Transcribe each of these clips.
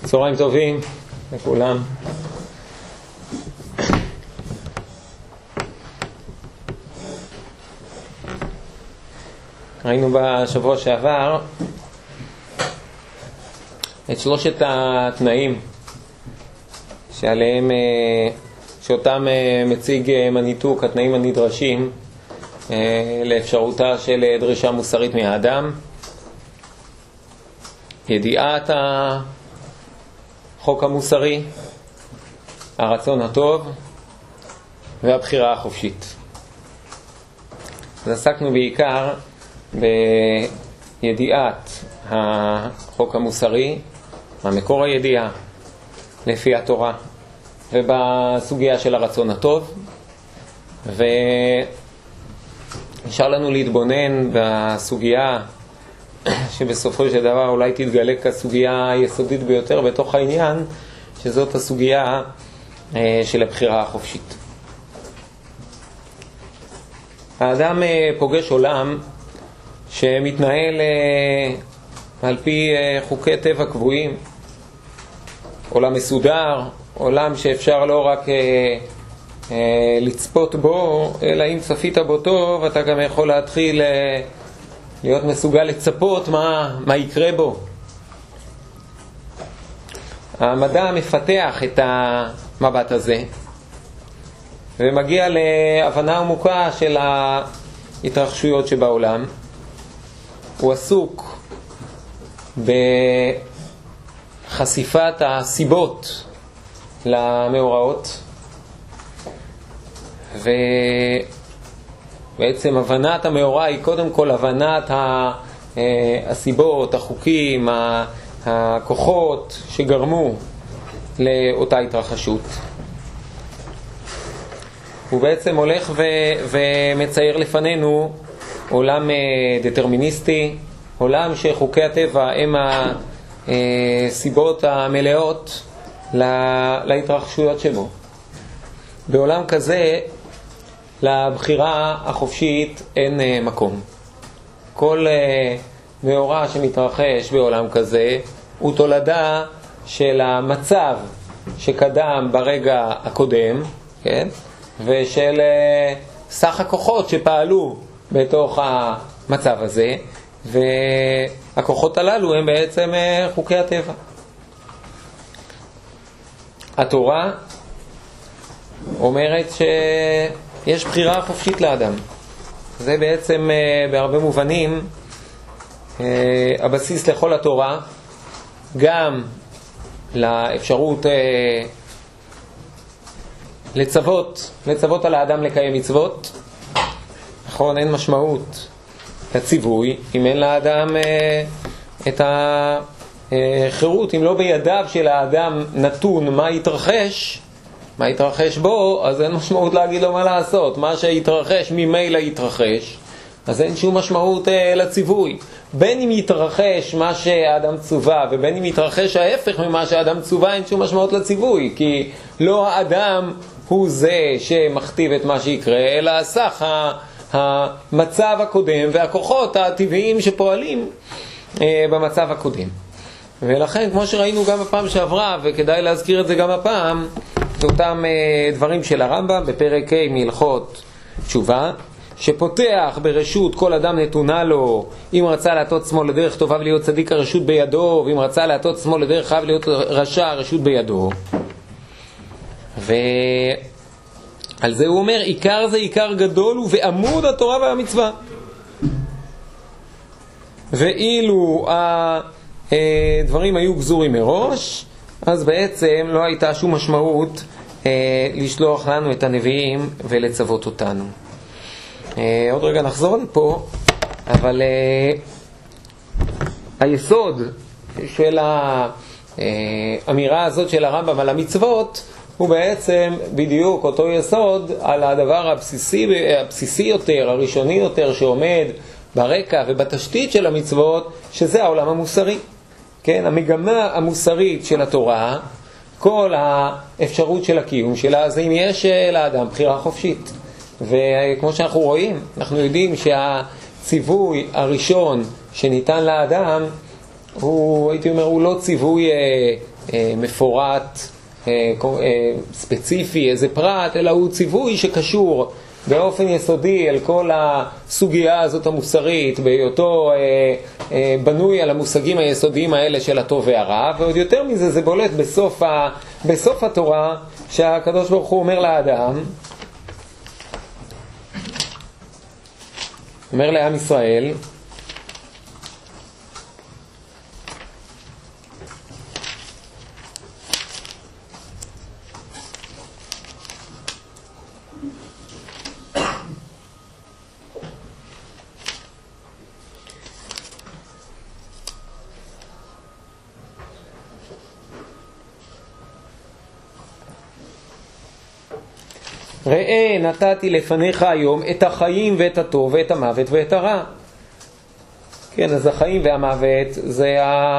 צהריים טובים לכולם. ראינו בשבוע שעבר את שלושת התנאים שאותם מציג מניטוק, התנאים הנדרשים לאפשרותה של דרישה מוסרית מהאדם: ידיעת החוק המוסרי, הרצון הטוב והבחירה החופשית. אז עסקנו בעיקר בידיעת החוק המוסרי, המקור הידיעה לפי התורה, ובסוגיה של הרצון הטוב. ונשאר לנו להתבונן בסוגיה שבסופו של דבר אולי תתגלה כסוגיה היסודית ביותר בתוך העניין, שזאת הסוגיה של הבחירה החופשית. האדם פוגש עולם שמתנהל על פי חוקי טבע קבועים, עולם מסודר, עולם שאפשר לא רק לצפות בו, אלא אם צפית בו טוב אתה גם יכול להתחיל להיות מסוגל לצפות מה יקרה בו. המדע מפתח את המבט הזה ומגיע להבנה עמוקה של ההתרחשויות שבעולם. הוא עסוק בחשיפת הסיבות למאורעות, ובעצם הבנת המאורע היא קודם כל הבנת הסיבות, החוקים, הכוחות שגרמו לאותה התרחשות. הוא בעצם הולך ומצייר לפנינו עולם דטרמיניסטי, עולם שחוקי הטבע הם הסיבות המלאות להתרחשויות שבו. בעולם כזה לבחירה החופשית אין מקום. כל מאורע שמתרחש בעולם כזה הוא תולדה של המצב שקדם ברגע הקודם, כן? ושל סך הכוחות שפעלו בתוך המצב הזה, והכוחות הללו הם בעצם חוקי הטבע. התורה אומרת שיש בחירה חופשית לאדם. זה בעצם בהרבה מובנים הבסיס לכל התורה, גם לאפשרות לצוות על האדם לקיים מצוות. נכון, אין משמעות לציווי אם אין לאדם את החירות. אם לא בידיו של האדם נתון מה יתרחש בו, אז אין משמעות להגיד לו מה לעשות. מה שיתרחש ממילא יתרחש, אז אין שום משמעות לציווי. בין אם יתרחש מה שהאדם צווה ובין אם יתרחש ההפך ממה שהאדם צווה, אין שום משמעות לציווי, כי לא האדם הוא זה שמכתיב את מה שיקרה, אלא הסך המצב הקודם והכוחות הטבעיים שפועלים במצב הקודם. ולכן, כמו שראינו גם בפעם שעברה, וכדאי להזכיר את זה גם הפעם, זה אותם דברים של הרמב"ם בפרק ה' מהלכות תשובה, שפותח ברשות כל אדם נתונה לו, אם רצה להטות שמאל לדרך טובה ולהיות צדיק הרשות בידו, ואם רצה להטות שמאל לדרך חייב להיות רשע הרשות בידו. ועל זה הוא אומר, עיקר זה עיקר גדול ובעמוד התורה והמצווה. ואילו הדברים היו גזורים מראש, אז בעצם לא הייתה שום משמעות לשלוח לנו את הנביאים ולצוות אותנו. עוד רגע נחזור לפה, אבל היסוד של האמירה הזאת של הרמב"ם על המצוות הוא בעצם בדיוק אותו יסוד על הדבר הבסיסי יותר, הראשוני יותר, שעומד ברקע ובתשתית של המצוות, שזה העולם המוסרי. כן, המגמה המוסרית של התורה, כל האפשרות של הקיום שלה, זה אם יש לאדם בחירה חופשית. וכמו שאנחנו רואים, אנחנו יודעים שהציווי הראשון שניתן לאדם הוא, הייתי אומר, הוא לא ציווי מפורט, ספציפי, איזה פרט, אלא הוא ציווי שקשור באופן יסודי על כל הסוגיה הזאת המוסרית, בהיותו בנוי על המושגים היסודיים האלה של הטוב והרע. ועוד יותר מזה, זה בולט בסוף התורה, שהקדוש ברוך הוא אומר לאדם, אומר לעם ישראל, ראה נתתי לפניך היום את החיים ואת הטוב ואת המוות ואת הרע. כן, אז החיים והמוות זה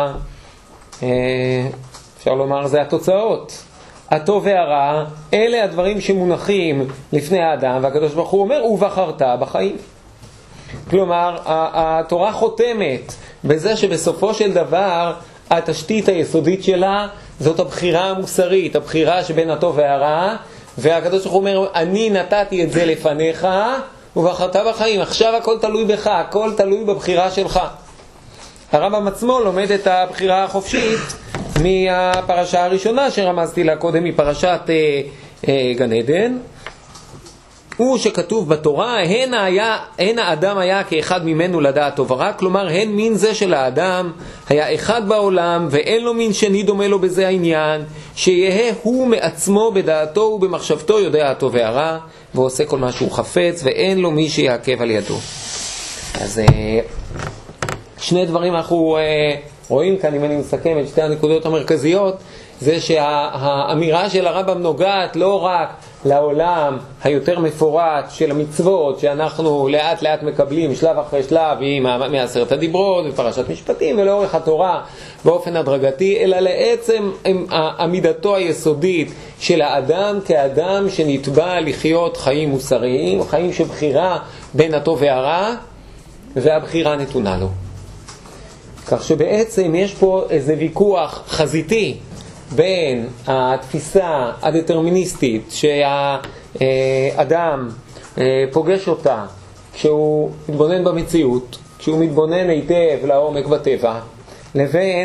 אפשר לומר זה התוצאות. הטוב והרע אלה הדברים שמונחים לפני האדם, והקדוש ברוך הוא אומר ובחרת בחיים. כלומר התורה חותמת בזה שבסופו של דבר התשתית היסודית שלה זאת הבחירה המוסרית, הבחירה שבין הטוב והרע, והקדוש ברוך הוא אומר, אני נתתי את זה לפניך ובחרת בחיים. עכשיו הכל תלוי בך, הכל תלוי בבחירה שלך. הרמב"ם עצמו לומד את הבחירה החופשית מהפרשה הראשונה שרמזתי לה קודם, מפרשת גן עדן. הוא שכתוב בתורה, הן האדם היה כאחד ממנו לדעת טוב ורע, כלומר הן מין זה של האדם היה אחד בעולם ואין לו מין שני דומה לו בזה העניין, שיהיה הוא מעצמו בדעתו ובמחשבתו יודע הטוב והרע ועושה כל מה שהוא חפץ ואין לו מי שיעכב על ידו. אז שני דברים אנחנו רואים כאן, אם אני מסכם את שתי הנקודות המרכזיות, זה שהאמירה של הרמב"ם נוגעת לא רק לעולם היותר מפורט של המצוות שאנחנו לאט לאט מקבלים שלב אחרי שלב מעשרת הדיברות ופרשת משפטים ולאורך התורה באופן הדרגתי, אלא לעצם עמידתו היסודית של האדם כאדם שנתבע לחיות חיים מוסריים, חיים של בחירה בין הטוב והרע, והבחירה נתונה לו. כך שבעצם יש פה איזה ויכוח חזיתי בין התפיסה הדטרמיניסטית שהאדם פוגש אותה כשהוא מתבונן במציאות, כשהוא מתבונן היטב לעומק בטבע, לבין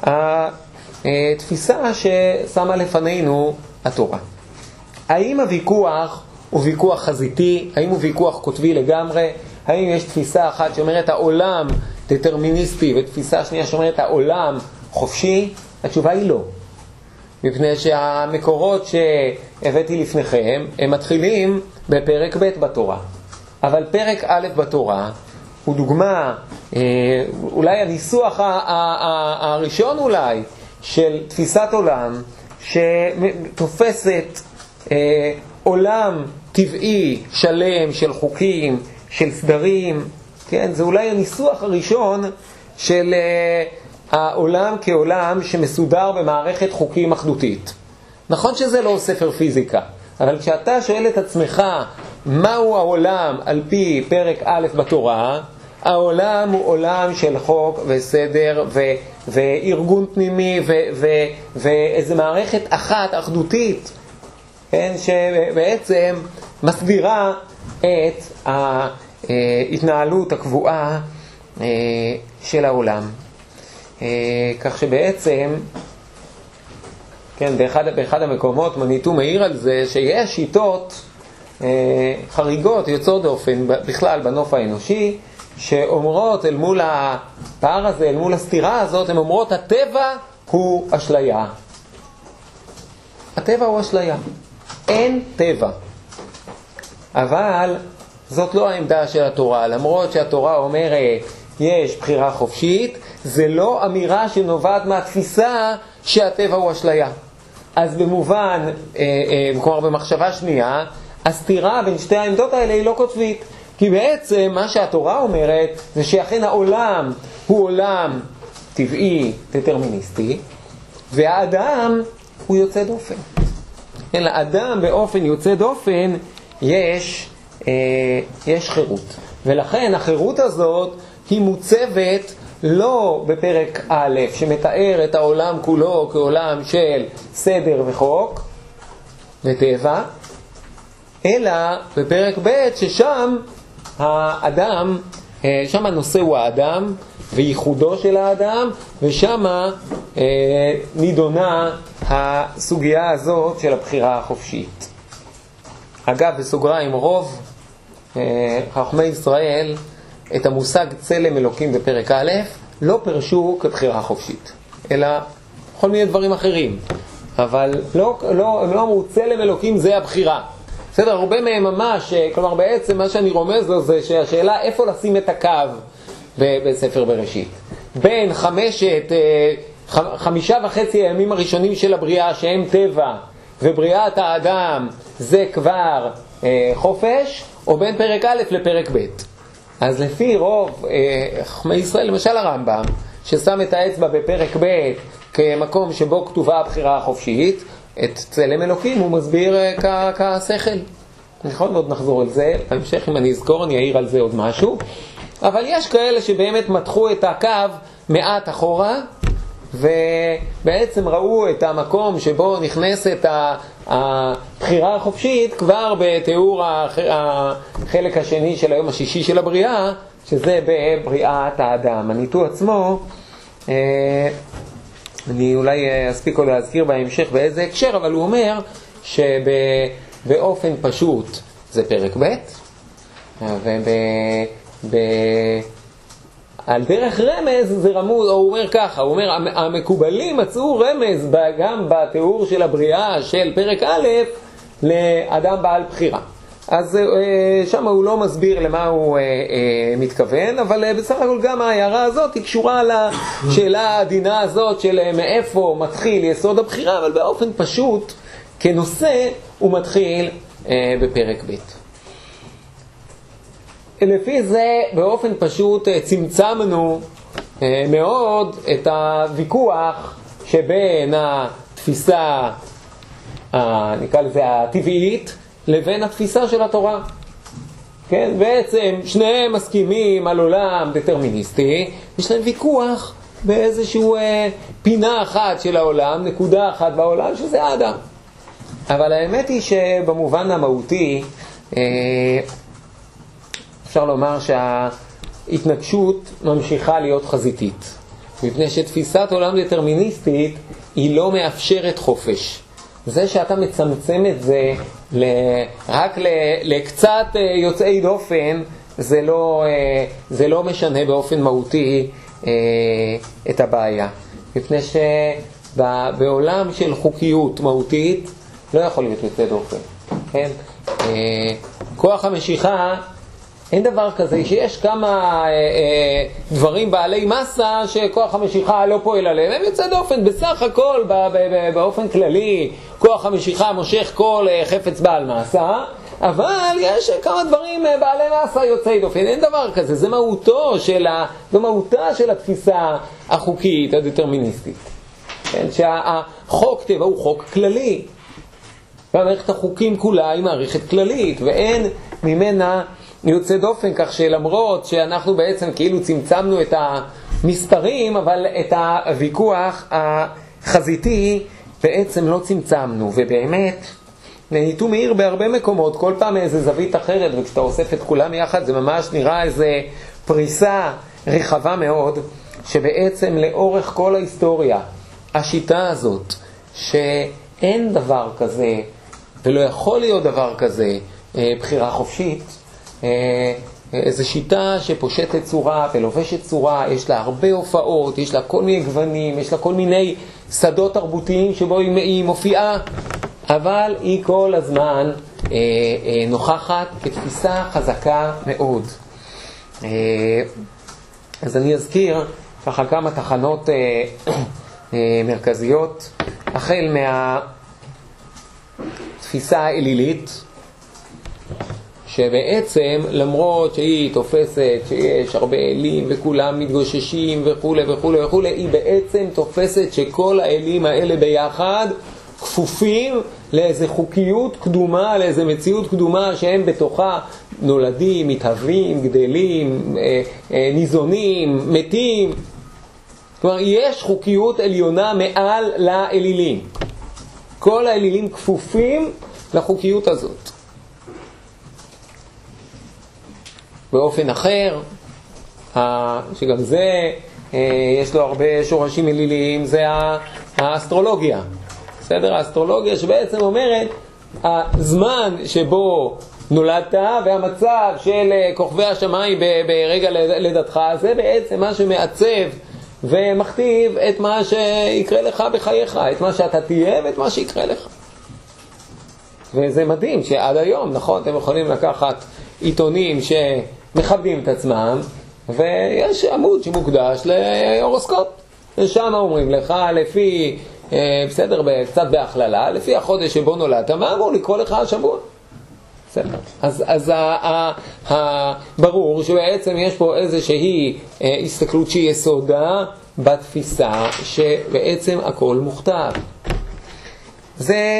התפיסה ששמה לפנינו התורה. האם הוויכוח הוא ויכוח חזיתי? האם הוא ויכוח כותבי לגמרי? האם יש תפיסה אחת שאומרת העולם דטרמיניסטי ותפיסה שנייה שאומרת העולם חופשי? התשובה היא לא. מפני שהמקורות שהבאתי לפניכם הם מתחילים בפרק ב' בתורה. אבל פרק א' בתורה הוא דוגמה, אולי הניסוח הראשון אולי של תפיסת עולם שתופסת עולם טבעי שלם של חוקים, של סדרים. כן, זה אולי הניסוח הראשון של העולם כעולם שמסודר במערכת חוקים אחדותית. נכון שזה לא ספר פיזיקה, אבל כשאתה שואל את עצמך מהו העולם על פי פרק א' בתורה, העולם הוא עולם של חוק וסדר וארגון פנימי ואיזו מערכת אחת אחדותית, כן, שבעצם מסבירה את ההתנהלות הקבועה של העולם. כך שבעצם, כן, באחד המקומות מניטו מעיר על זה שיש שיטות חריגות יוצאות דופן בכלל בנוף האנושי, שאומרות אל מול הפער הזה, אל מול הסתירה הזאת, הן אומרות הטבע הוא אשליה. הטבע הוא אשליה. אין טבע. אבל זאת לא העמדה של התורה. למרות שהתורה אומרת יש בחירה חופשית, זה לא אמירה שנובעת מהתפיסה שהטבע הוא אשליה. אז במובן, כלומר במחשבה שנייה, הסתירה בין שתי העמדות האלה היא לא קוטבית. כי בעצם מה שהתורה אומרת זה שאכן העולם הוא עולם טבעי דטרמיניסטי, והאדם הוא יוצא דופן. כן, לאדם באופן יוצא דופן יש חירות. ולכן החירות הזאת היא מוצבת לא בפרק א' שמתאר את העולם כולו כעולם של סדר וחוק וטבע, אלא בפרק ב' ששם האדם, שם הנושא הוא האדם וייחודו של האדם, ושם נידונה הסוגיה הזאת של הבחירה החופשית. אגב, בסוגריים, רוב חכמי ישראל את המושג צלם אלוקים בפרק א' לא פרשו כבחירה חופשית, אלא כל מיני דברים אחרים. אבל הם לא אמרו צלם אלוקים זה הבחירה. בסדר, הרבה מהם ממש, כלומר בעצם מה שאני רומז לו זה שהשאלה איפה לשים את הקו בספר בראשית. בין 5.5 הימים הראשונים של הבריאה שהם טבע ובריאת האדם זה כבר חופש, או בין פרק א' לפרק ב'. אז לפי רוב חכמי ישראל, למשל הרמב"ם, ששם את האצבע בפרק ב' כמקום שבו כתובה הבחירה החופשית, את צלם אלוקים הוא מסביר כשכל. נכון, מאוד נחזור על זה, בהמשך אם אני אזכור אני אעיר על זה עוד משהו, אבל יש כאלה שבאמת מתחו את הקו מעט אחורה, ובעצם ראו את המקום שבו נכנסת הבחירה החופשית כבר בתיאור החלק השני של היום השישי של הבריאה, שזה בבריאת האדם. הניתוח עצמו, אני אולי אספיק עוד להזכיר בהמשך באיזה הקשר, אבל הוא אומר שבאופן פשוט זה פרק ב', על דרך רמז זה רמוז, הוא אומר ככה, הוא אומר המקובלים מצאו רמז גם בתיאור של הבריאה של פרק א' לאדם בעל בחירה. אז שם הוא לא מסביר למה הוא מתכוון, אבל בסך הכל גם ההערה הזאת היא קשורה לשאלה העדינה הזאת של מאיפה מתחיל יסוד הבחירה, אבל באופן פשוט כנושא הוא מתחיל בפרק ב'. לפי זה באופן פשוט צמצמנו מאוד את הוויכוח שבין התפיסה נקרא לזה הטבעית לבין התפיסה של התורה. כן? בעצם שניהם מסכימים על עולם דטרמיניסטי, יש להם ויכוח באיזשהו פינה אחת של העולם, נקודה אחת בעולם שזה האדם. אבל האמת היא שבמובן המהותי אפשר לומר שההתנגשות ממשיכה להיות חזיתית, מפני שתפיסת עולם דטרמיניסטית היא לא מאפשרת חופש. זה שאתה מצמצם את זה רק לקצת יוצאי דופן, זה לא משנה באופן מהותי את הבעיה. מפני שבעולם של חוקיות מהותית לא יכול להיות יוצא דופן. כן? כוח המשיכה, אין דבר כזה שיש כמה דברים בעלי מסה שכוח המשיכה לא פועל עליהם, הם יוצא דופן. בסך הכל באופן כללי כוח המשיכה מושך כל חפץ בעל מסה, אבל יש כמה דברים בעלי מסה יוצאי דופן, אין דבר כזה. זה מהותה של התפיסה החוקית הדטרמיניסטית, כן? שהחוק טבע הוא חוק כללי, והמערכת החוקים כולה היא מערכת כללית ואין ממנה יוצא דופן, כך שלמרות שאנחנו בעצם כאילו צמצמנו את המספרים, אבל את הוויכוח החזיתי בעצם לא צמצמנו. ובאמת ניתו מאיר בהרבה מקומות, כל פעם איזה זווית אחרת, וכשאתה אוסף את כולם יחד זה ממש נראה איזה פריסה רחבה מאוד, שבעצם לאורך כל ההיסטוריה השיטה הזאת שאין דבר כזה ולא יכול להיות דבר כזה בחירה חופשית, איזו שיטה שפושטת צורה ולובשת צורה, יש לה הרבה הופעות, יש לה כל מיני גוונים, יש לה כל מיני שדות תרבותיים שבו היא מופיעה, אבל היא כל הזמן נוכחת כתפיסה חזקה מאוד. אז אני אזכיר ככה כמה תחנות מרכזיות, החל מהתפיסה האלילית, שבעצם למרות שהיא תופסת שיש הרבה אלים וכולם מתגוששים וכו' וכו' וכו', היא בעצם תופסת שכל האלים האלה ביחד כפופים לאיזו חוקיות קדומה, לאיזו מציאות קדומה שהם בתוכה נולדים, מתהווים, גדלים, ניזונים, מתים, כלומר, יש חוקיות עליונה מעל לאלילים. כל האלילים כפופים לחוקיות הזאת. באופן אחר, שגם זה, יש לו הרבה שורשים אליליים, זה האסטרולוגיה. בסדר? האסטרולוגיה שבעצם אומרת, הזמן שבו נולדת והמצב של כוכבי השמיים ברגע לידתך, זה בעצם מה שמעצב ומכתיב את מה שיקרה לך בחייך, את מה שאתה תהיה ואת מה שיקרה לך. וזה מדהים שעד היום, נכון, אתם יכולים לקחת עיתונים שמכבדים את עצמם, ויש עמוד שמוקדש להורוסקופ. ושם אומרים לך, לפי, בסדר, קצת בהכללה, לפי החודש שבו נולדת, מה אמור לקרוא לך השבוע? בסדר. אז ברור שבעצם יש פה איזושהי הסתכלות שהיא יסודה בתפיסה שבעצם הכל מוכתב. זה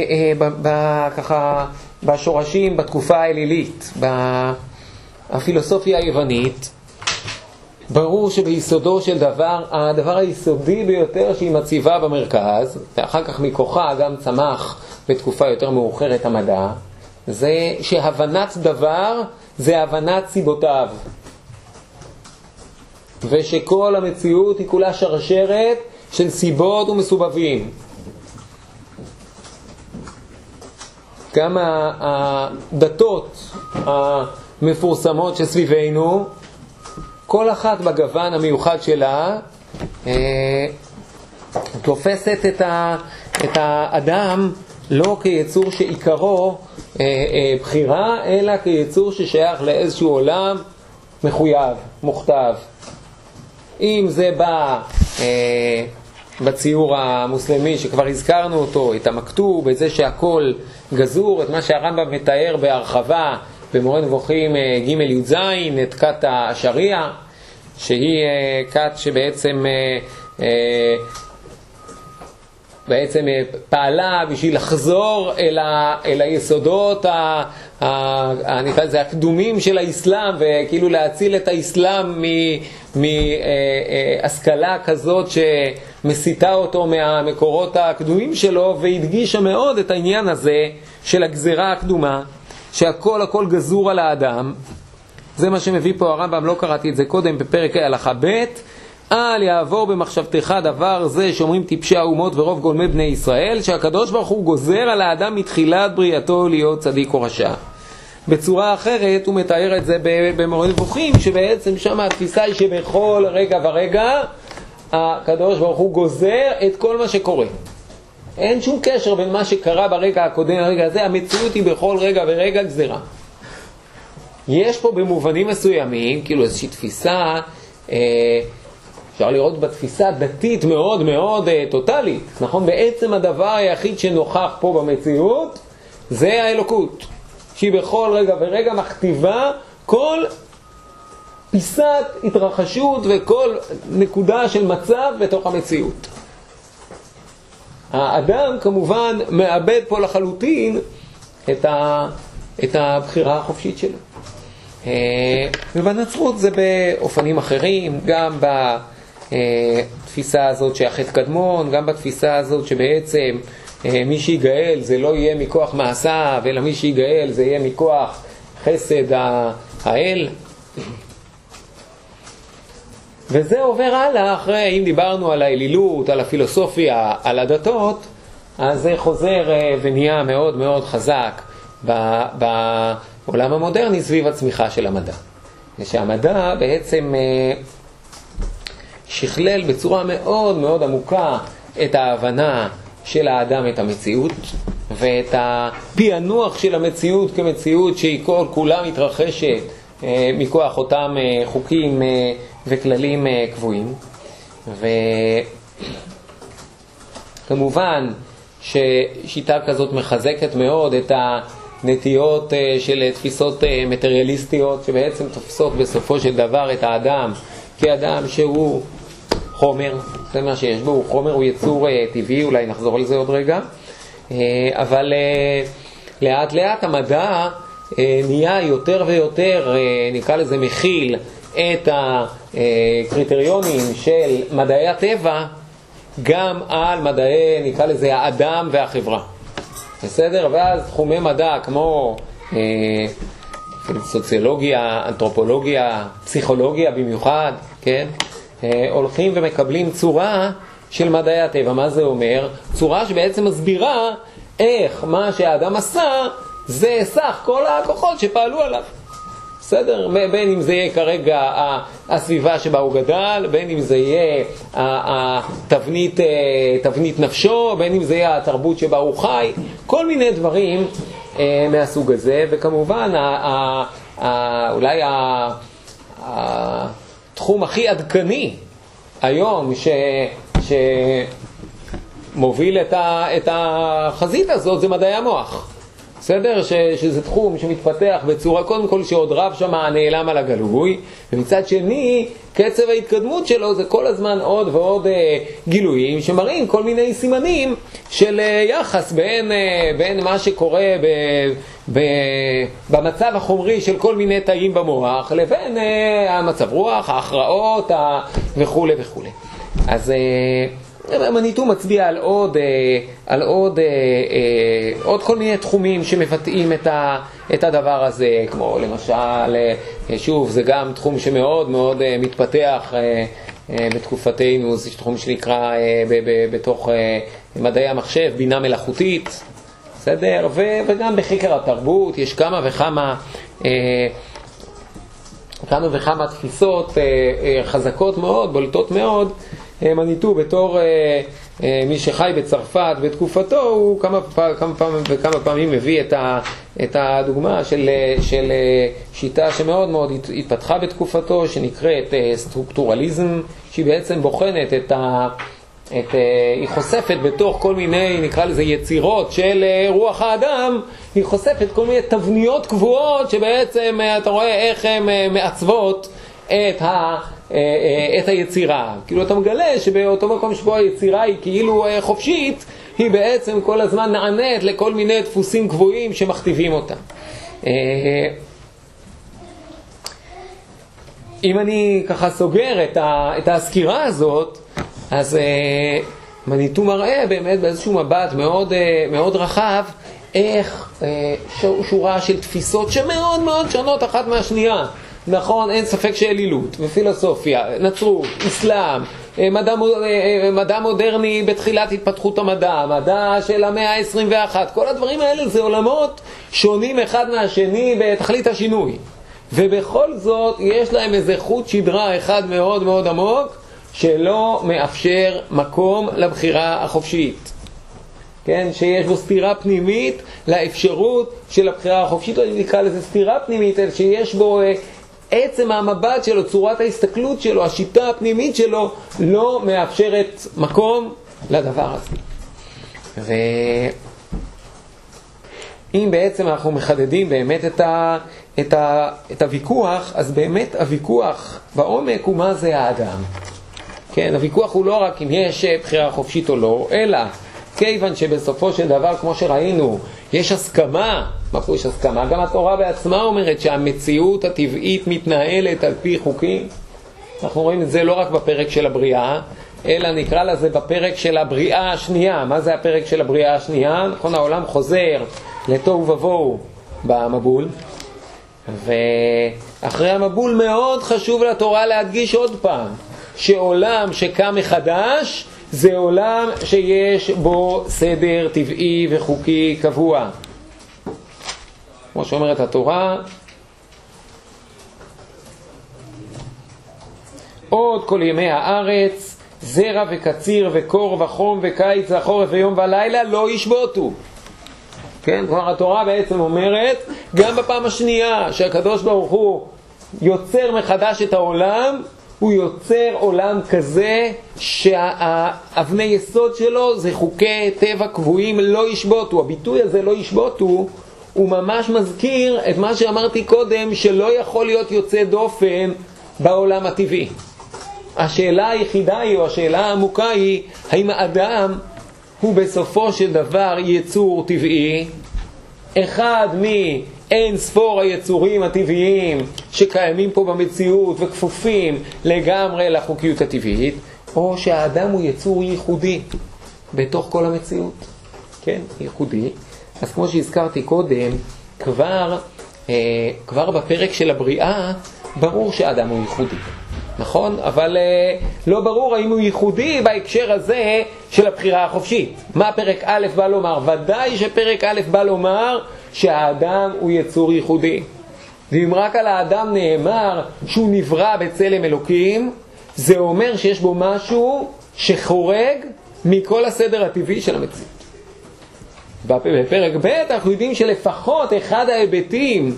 ככה בשורשים בתקופה האלילית, בפילוסופיה היוונית, ברור שביסודו של דבר, הדבר היסודי ביותר שהיא מציבה במרכז, ואחר כך מכוחה גם צמח בתקופה יותר מאוחרת המדע, זה שהבנת דבר זה הבנת סיבותיו. ושכל המציאות היא כולה שרשרת של סיבות ומסובבים. גם הדתות המפורסמות שסביבנו, כל אחת בגוון המיוחד שלה תופסת את האדם לא כיצור שעיקרו בחירה, אלא כיצור ששייך לאיזשהו עולם מחויב, מוכתב. אם זה בא בציור המוסלמי שכבר הזכרנו אותו, את המכתוב, את זה שהכל גזור, את מה שהרמב"ם מתאר בהרחבה במורה נבוכים ג' י"ז, את כת השריעה, שהיא כת שבעצם פעלה בשביל לחזור אל היסודות הקדומים של האסלאם, וכאילו להציל את האסלאם מהשכלה כזאת שמסיתה אותו מהמקורות הקדומים שלו, והדגישה מאוד את העניין הזה של הגזרה הקדומה, שהכל גזור על האדם. זה מה שמביא פה הרמב"ם, לא קראתי את זה קודם, בפרק הלכה ב', אל יעבור במחשבתך דבר זה שאומרים טיפשי האומות ורוב גולמי בני ישראל, שהקדוש ברוך הוא גוזר על האדם מתחילת בריאתו להיות צדיק או רשע. בצורה אחרת הוא מתאר את זה במורה נבוכים, שבעצם שם התפיסה היא שבכל רגע ורגע הקדוש ברוך הוא גוזר את כל מה שקורה. אין שום קשר בין מה שקרה ברגע הקודם לרגע הזה, המציאות היא בכל רגע ורגע גזרה. יש פה במובנים מסוימים, כאילו איזושהי תפיסה, אפשר לראות בתפיסה דתית מאוד מאוד טוטלית, נכון? בעצם הדבר היחיד שנוכח פה במציאות זה האלוקות, שהיא בכל רגע ורגע מכתיבה כל פיסת התרחשות וכל נקודה של מצב בתוך המציאות. האדם כמובן מאבד פה לחלוטין את הבחירה החופשית שלו. ובנצרות זה באופנים אחרים, גם בתפיסה הזאת שהחטא קדמון, גם בתפיסה הזאת שבעצם מי שיגאל זה לא יהיה מכוח מעשה, אלא מי שיגאל זה יהיה מכוח חסד האל. וזה עובר הלאה אחרי, אם דיברנו על האלילות, על הפילוסופיה, על הדתות, אז זה חוזר ונהיה מאוד מאוד חזק בעולם המודרני סביב הצמיחה של המדע. ושהמדע בעצם שכלל בצורה מאוד מאוד עמוקה את ההבנה של האדם את המציאות, ואת הפענוח של המציאות כמציאות שהיא כל כולה מתרחשת מכוח אותם חוקים וכללים קבועים. וכמובן ששיטה כזאת מחזקת מאוד את הנטיות של תפיסות מטריאליסטיות, שבעצם תופסות בסופו של דבר את האדם כאדם שהוא חומר, זה מה שיש בו, הוא חומר, הוא יצור טבעי, אולי נחזור על זה עוד רגע, אבל לאט לאט המדע נהיה יותר ויותר, נקרא לזה מכיל, את הקריטריונים של מדעי הטבע גם על מדעי, נקרא לזה, האדם והחברה. בסדר? ואז תחומי מדע כמו סוציולוגיה, אנתרופולוגיה, פסיכולוגיה במיוחד, כן? הולכים ומקבלים צורה של מדעי הטבע. מה זה אומר? צורה שבעצם מסבירה איך מה שהאדם עשה זה סך כל הכוחות שפעלו עליו. בסדר? בין אם זה יהיה כרגע הסביבה שבה הוא גדל, בין אם זה יהיה תבנית נפשו, בין אם זה יהיה התרבות שבה הוא חי, כל מיני דברים מהסוג הזה. וכמובן אולי התחום הכי עדכני היום שמוביל את החזית הזאת זה מדעי המוח. בסדר? שזה תחום שמתפתח בצורה, קודם כל שעוד רב שמה נעלם על הגלוי, ומצד שני קצב ההתקדמות שלו זה כל הזמן עוד ועוד גילויים שמראים כל מיני סימנים של יחס בין מה שקורה במצב החומרי של כל מיני תאים במוח לבין המצב רוח, ההכרעות וכו' וכו'. אז המניטו מצביע על עוד כל מיני תחומים שמבטאים את הדבר הזה, כמו למשל, שוב, זה גם תחום שמאוד מאוד מתפתח בתקופתנו, זה תחום שנקרא בתוך מדעי המחשב, בינה מלאכותית, בסדר? וגם בחקר התרבות יש כמה וכמה תפיסות חזקות מאוד, בולטות מאוד. מניטו בתור מי שחי בצרפת בתקופתו, הוא כמה פעמים מביא את הדוגמה של שיטה שמאוד מאוד התפתחה בתקופתו, שנקראת סטרוקטורליזם, שהיא בעצם בוחנת היא חושפת בתוך כל מיני, נקרא לזה, יצירות של רוח האדם, היא חושפת כל מיני תבניות קבועות שבעצם אתה רואה איך הן מעצבות את היצירה. כאילו אתה מגלה שבאותו מקום שבו היצירה היא כאילו חופשית, היא בעצם כל הזמן נענית לכל מיני דפוסים קבועים שמכתיבים אותה. אם אני ככה סוגר את הסקירה הזאת, אז מניטו מראה באמת באיזשהו מבט מאוד, מאוד רחב איך שורה של תפיסות שמאוד מאוד שונות אחת מהשנייה. נכון, אין ספק שאלילות ופילוסופיה, נצרות, אסלאם, מדע מודרני בתחילת התפתחות המדע, מדע של המאה ה-21, כל הדברים האלה זה עולמות שונים אחד מהשני בתכלית השינוי. ובכל זאת יש להם איזה חוט שדרה אחד מאוד מאוד עמוק שלא מאפשר מקום לבחירה החופשית. כן, שיש בו סתירה פנימית לאפשרות של הבחירה החופשית, או נקרא לזה סתירה פנימית, שיש בו עצם המבט שלו, צורת ההסתכלות שלו, השיטה הפנימית שלו, לא מאפשרת מקום לדבר הזה. ואם בעצם אנחנו מחדדים באמת את הוויכוח, אז באמת הוויכוח בעומק הוא מה זה האדם. כן, הוויכוח הוא לא רק אם יש בחירה חופשית או לא, אלא כיוון שבסופו של דבר, כמו שראינו, יש הסכמה. מה יש הסכמה? גם התורה בעצמה אומרת שהמציאות הטבעית מתנהלת על פי חוקים. אנחנו רואים את זה לא רק בפרק של הבריאה, אלא נקרא לזה בפרק של הבריאה השנייה. מה זה הפרק של הבריאה השנייה? נכון, העולם חוזר לתוהו ובוהו במבול, ואחרי המבול מאוד חשוב לתורה להדגיש עוד פעם שעולם שקם מחדש זה עולם שיש בו סדר טבעי וחוקי קבוע. כמו שאומרת התורה, עוד כל ימי הארץ, זרע וקציר וקור וחום וקיץ וחורף ויום ולילה לא ישבותו. כן, כבר התורה בעצם אומרת, גם בפעם השנייה שהקדוש ברוך הוא יוצר מחדש את העולם, הוא יוצר עולם כזה שהאבני יסוד שלו זה חוקי טבע קבועים לא ישבותו. הביטוי הזה לא ישבותו הוא ממש מזכיר את מה שאמרתי קודם, שלא יכול להיות יוצא דופן בעולם הטבעי. השאלה היחידה היא, או השאלה העמוקה היא, האם האדם הוא בסופו של דבר יצור טבעי, אחד אין ספור היצורים הטבעיים שקיימים פה במציאות וכפופים לגמרי לחוקיות הטבעית, או שהאדם הוא יצור ייחודי בתוך כל המציאות. כן, ייחודי. אז כמו שהזכרתי קודם, כבר בפרק של הבריאה ברור שהאדם הוא ייחודי. נכון? אבל לא ברור האם הוא ייחודי בהקשר הזה של הבחירה החופשית. מה פרק א' בא לומר? ודאי שפרק א' בא לומר שהאדם הוא יצור ייחודי. ואם רק על האדם נאמר שהוא נברא בצלם אלוקים, זה אומר שיש בו משהו שחורג מכל הסדר הטבעי של המציאות. בפרק ב' אנחנו יודעים שלפחות אחד ההיבטים,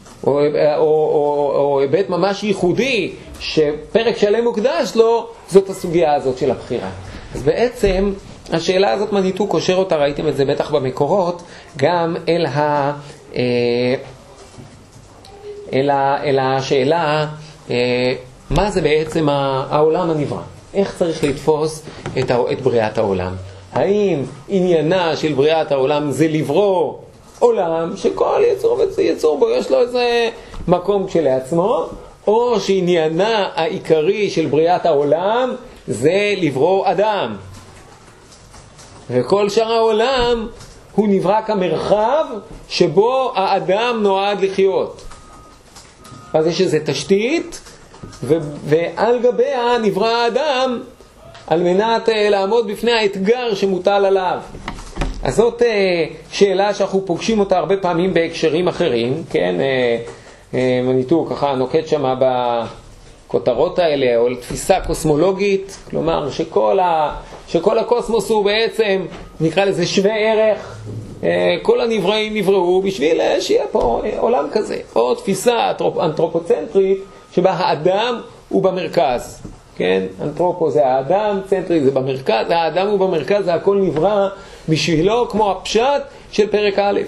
או היבט ממש ייחודי, שפרק שלם מוקדש לו, זאת הסוגיה הזאת של הבחירה. אז בעצם השאלה הזאת מניטו קושר אותה, ראיתם את זה בטח במקורות, גם אל השאלה מה זה בעצם העולם הנברא. איך צריך לתפוס את בריאת העולם? האם עניינה של בריאת העולם זה לברוא עולם שכל יצור בו יש לו איזה מקום כשלעצמו, או שעניינה העיקרי של בריאת העולם זה לברוא אדם, וכל שאר העולם הוא נברא כמרחב שבו האדם נועד לחיות. אז יש איזו תשתית, ועל גביה נברא האדם על מנת לעמוד בפני האתגר שמוטל עליו. אז זאת שאלה שאנחנו פוגשים אותה הרבה פעמים בהקשרים אחרים, כן? מניטו ככה נוקט שמה בכותרות האלה, או לתפיסה קוסמולוגית, כלומר שכל הקוסמוס הוא בעצם, נקרא לזה שווה ערך, כל הנבראים נבראו בשביל שיהיה פה עולם כזה, או תפיסה אנתרופוצנטרית שבה האדם הוא במרכז. כן? אנתרופו זה האדם, צנטרי זה במרכז, האדם הוא במרכז, זה הכל נברא בשבילו, כמו הפשט של פרק א'.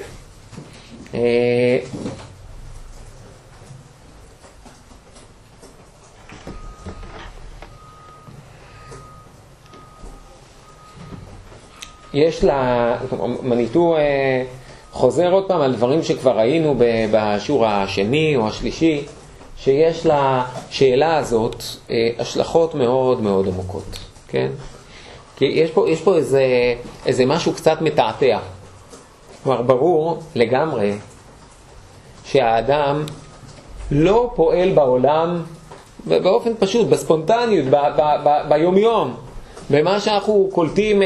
יש לה, מניטו חוזר עוד פעם על דברים שכבר ראינו בשיעור השני או השלישי, שיש לשאלה הזאת השלכות מאוד מאוד עמוקות, כן? כי יש פה איזה משהו קצת מתעתע. כלומר, ברור לגמרי שהאדם לא פועל בעולם באופן פשוט, בספונטניות, ביום-יום, במה שאנחנו קולטים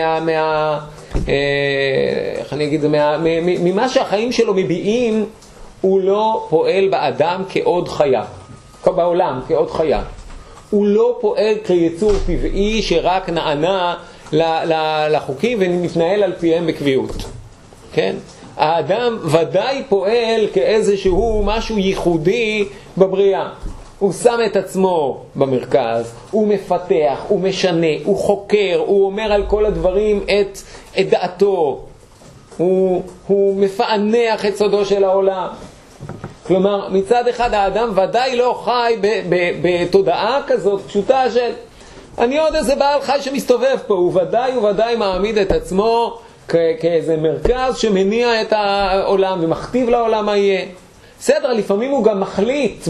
איך אני אגיד, ממה שהחיים שלו מביאים, הוא לא פועל באדם כעוד חיה, בעולם כעוד חיה. הוא לא פועל כיצור טבעי שרק נענה לחוקים ומתנהל על פיהם בקביעות. כן? האדם ודאי פועל כאיזשהו משהו ייחודי בבריאה. הוא שם את עצמו במרכז, הוא מפתח, הוא משנה, הוא חוקר, הוא אומר על כל הדברים את דעתו. הוא מפענח את סודו של העולם. כלומר, מצד אחד האדם ודאי לא חי בתודעה כזאת פשוטה של אני עוד איזה בעל חי שמסתובב פה. הוא ודאי מעמיד את עצמו כאיזה מרכז שמניע את העולם ומכתיב לעולם מה יהיה. בסדר, לפעמים הוא גם מחליט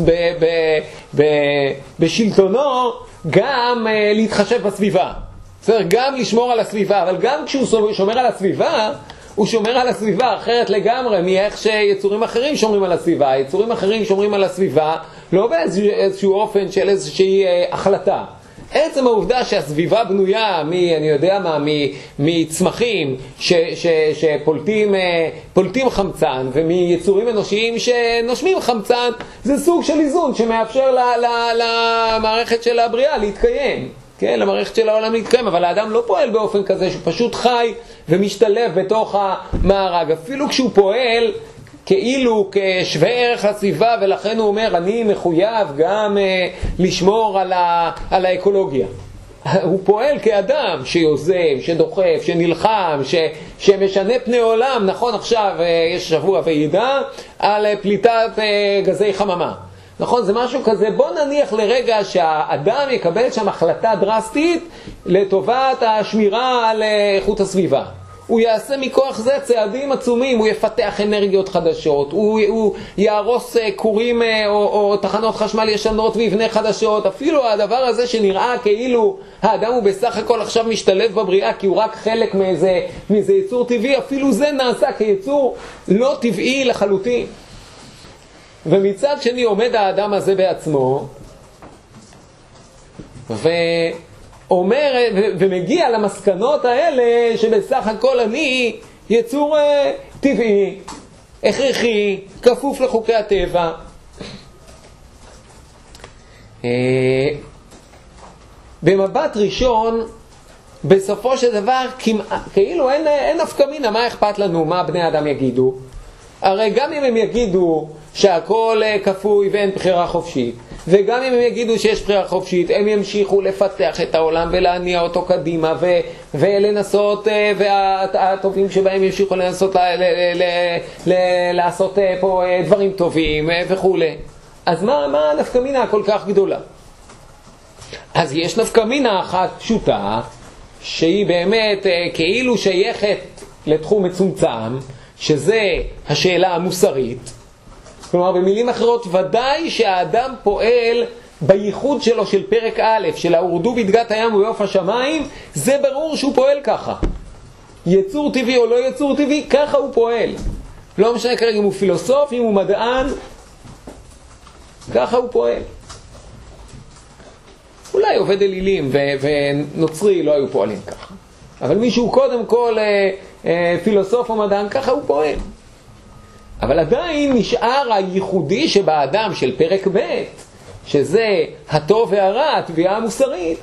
בשלטונו גם להתחשב בסביבה. בסדר, גם לשמור על הסביבה, אבל גם כשהוא שומר על הסביבה, הוא שומר על הסביבה אחרת לגמרי מאיך שיצורים אחרים שומרים על הסביבה. היצורים אחרים שומרים על הסביבה לא באיזשהו אופן של איזושהי החלטה. עצם העובדה שהסביבה בנויה אני יודע מה, מצמחים שפולטים חמצן, ומיצורים אנושיים שנושמים חמצן, זה סוג של איזון שמאפשר למערכת של הבריאה להתקיים. כן, למערכת של העולם להתקיים, אבל האדם לא פועל באופן כזה שהוא פשוט חי ומשתלב בתוך המארג, אפילו כשהוא פועל כאילו כשווה ערך לסביבה, ולכן הוא אומר אני מחויב גם לשמור על האקולוגיה. הוא פועל כאדם שיוזם, שדוחף, שנלחם, שמשנה פני עולם. נכון, עכשיו יש שבוע ועידה על פליטת גזי חממה. נכון, זה משהו כזה. בוא נניח לרגע שהאדם יקבל שם החלטה דרסטית לטובת השמירה על איכות הסביבה. הוא יעשה מכוח זה צעדים עצומים, הוא יפתח אנרגיות חדשות, הוא יהרוס כורים או תחנות חשמל ישנות ויבנה חדשות. אפילו הדבר הזה שנראה כאילו האדם הוא בסך הכל עכשיו משתלב בבריאה כי הוא רק חלק מאיזה יצור טבעי, אפילו זה נעשה כיצור לא טבעי לחלוטין. ומצד שני עומד האדם הזה בעצמו ואומר ומגיע למסקנות האלה שבסך הכל אני יצור טבעי, הכרחי, כפוף לחוקי הטבע. במבט ראשון, בסופו של דבר, כאילו אין נפקא מינה, מה אכפת לנו, מה בני אדם יגידו? הרי גם אם הם יגידו שהכל כפוי ואין בחירה חופשית, וגם אם הם יגידו שיש בחירה חופשית, הם ימשיכו לפתח את העולם ולהניע אותו קדימה ולנסות, והטובים שבהם ימשיכו לנסות לעשות פה דברים טובים וכו'. אז מה הנפקא מינה הכל כך גדולה? אז יש נפקא מינה אחת פשוטה, שהיא באמת כאילו שייכת לתחום מצומצם, שזה השאלה המוסרית. כלומר, במילים אחרות, ודאי שהאדם פועל בייחוד שלו של פרק א', של הורדו בדגת הים ובעוף השמיים, זה ברור שהוא פועל ככה. יצור טבעי או לא יצור טבעי, ככה הוא פועל. לא משנה כרגע אם הוא פילוסוף, אם הוא מדען, ככה הוא פועל. אולי עובד אלילים ונוצרי לא היו פועלים ככה. אבל מישהו קודם כל פילוסוף או מדען, ככה הוא פועל. אבל עדיין נשאר הייחודי שבאדם של פרק ב', שזה הטוב והרע, התביעה המוסרית,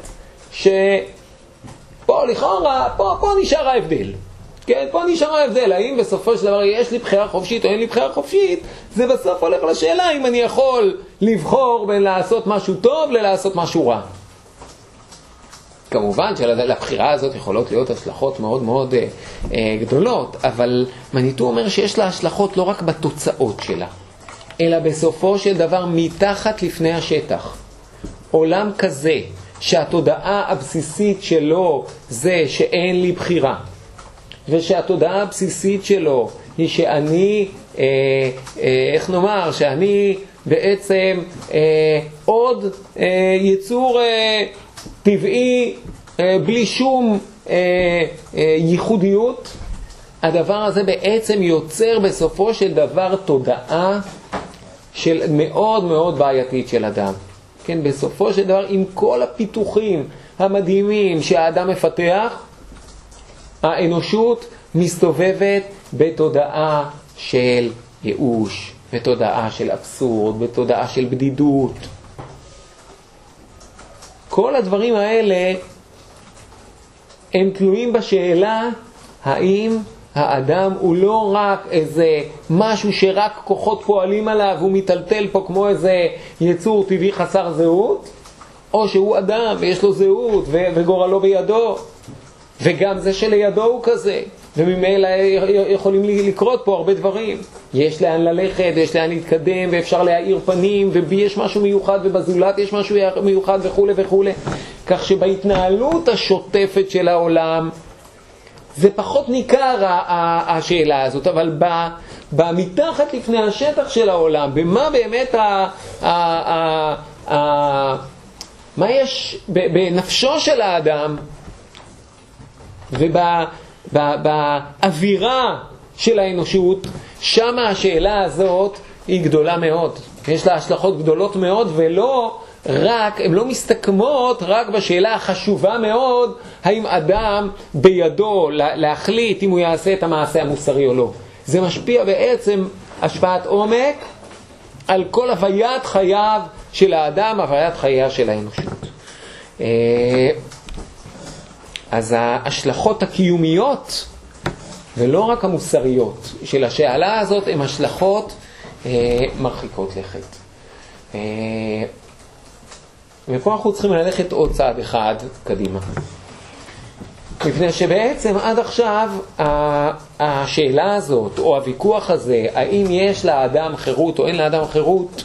שפה לכאורה, פה נשאר ההבדל. כן, פה נשאר ההבדל. האם בסופו של דבר יש לי בחירה חופשית או אין לי בחירה חופשית, זה בסוף הולך לשאלה אם אני יכול לבחור בין לעשות משהו טוב ללעשות משהו רע. כמובן שלבחירה הזאת יכולות להיות השלכות מאוד מאוד גדולות, אבל מניטו אומר שיש לה השלכות לא רק בתוצאות שלה, אלא בסופו של דבר מתחת לפני השטח. עולם כזה שהתודעה הבסיסית שלו זה שאין לי בחירה, ושהתודעה הבסיסית שלו היא שאני, איך נאמר, שאני בעצם עוד יצור טבעי בלי שום ייחודיות, הדבר הזה בעצם יוצר בסופו של דבר תודעה של מאוד מאוד בעייתית של אדם. כן, בסופו של דבר עם כל הפיתוחים המדהימים שהאדם מפתח, האנושות מסתובבת בתודעה של ייאוש, בתודעה של אבסורד, בתודעה של בדידות. כל הדברים האלה הם תלויים בשאלה האם האדם הוא לא רק איזה משהו שרק כוחות פועלים עליו והוא מטלטל פה כמו איזה יצור טבעי חסר זהות, או שהוא אדם ויש לו זהות וגורלו בידו, וגם זה שלידו הוא כזה, וממילא יכולים לקרות פה הרבה דברים. יש לאן ללכת, יש לאן להתקדם, ואפשר להאיר פנים, ובי יש משהו מיוחד, ובזולת יש משהו מיוחד וכו' וכו'. כך שבהתנהלות השוטפת של העולם, זה פחות ניכר השאלה הזאת, אבל במתחת לפני השטח של העולם, במה באמת מה יש בנפשו של האדם, ובאווירה של האנושות, שם השאלה הזאת היא גדולה מאוד. יש לה השלכות גדולות מאוד, ולא רק, הן לא מסתכמות רק בשאלה החשובה מאוד, האם אדם בידו להחליט אם הוא יעשה את המעשה המוסרי או לא. זה משפיע בעצם השפעת עומק על כל הוויית חייו של האדם, הוויית חייה של האנושות. אז ההשלכות הקיומיות, ולא רק המוסריות, של השאלה הזאת הן השלכות מרחיקות לכת. ופה אנחנו צריכים ללכת עוד צעד אחד קדימה. מפני שבעצם עד עכשיו השאלה הזאת, או הוויכוח הזה, האם יש לאדם חירות או אין לאדם חירות,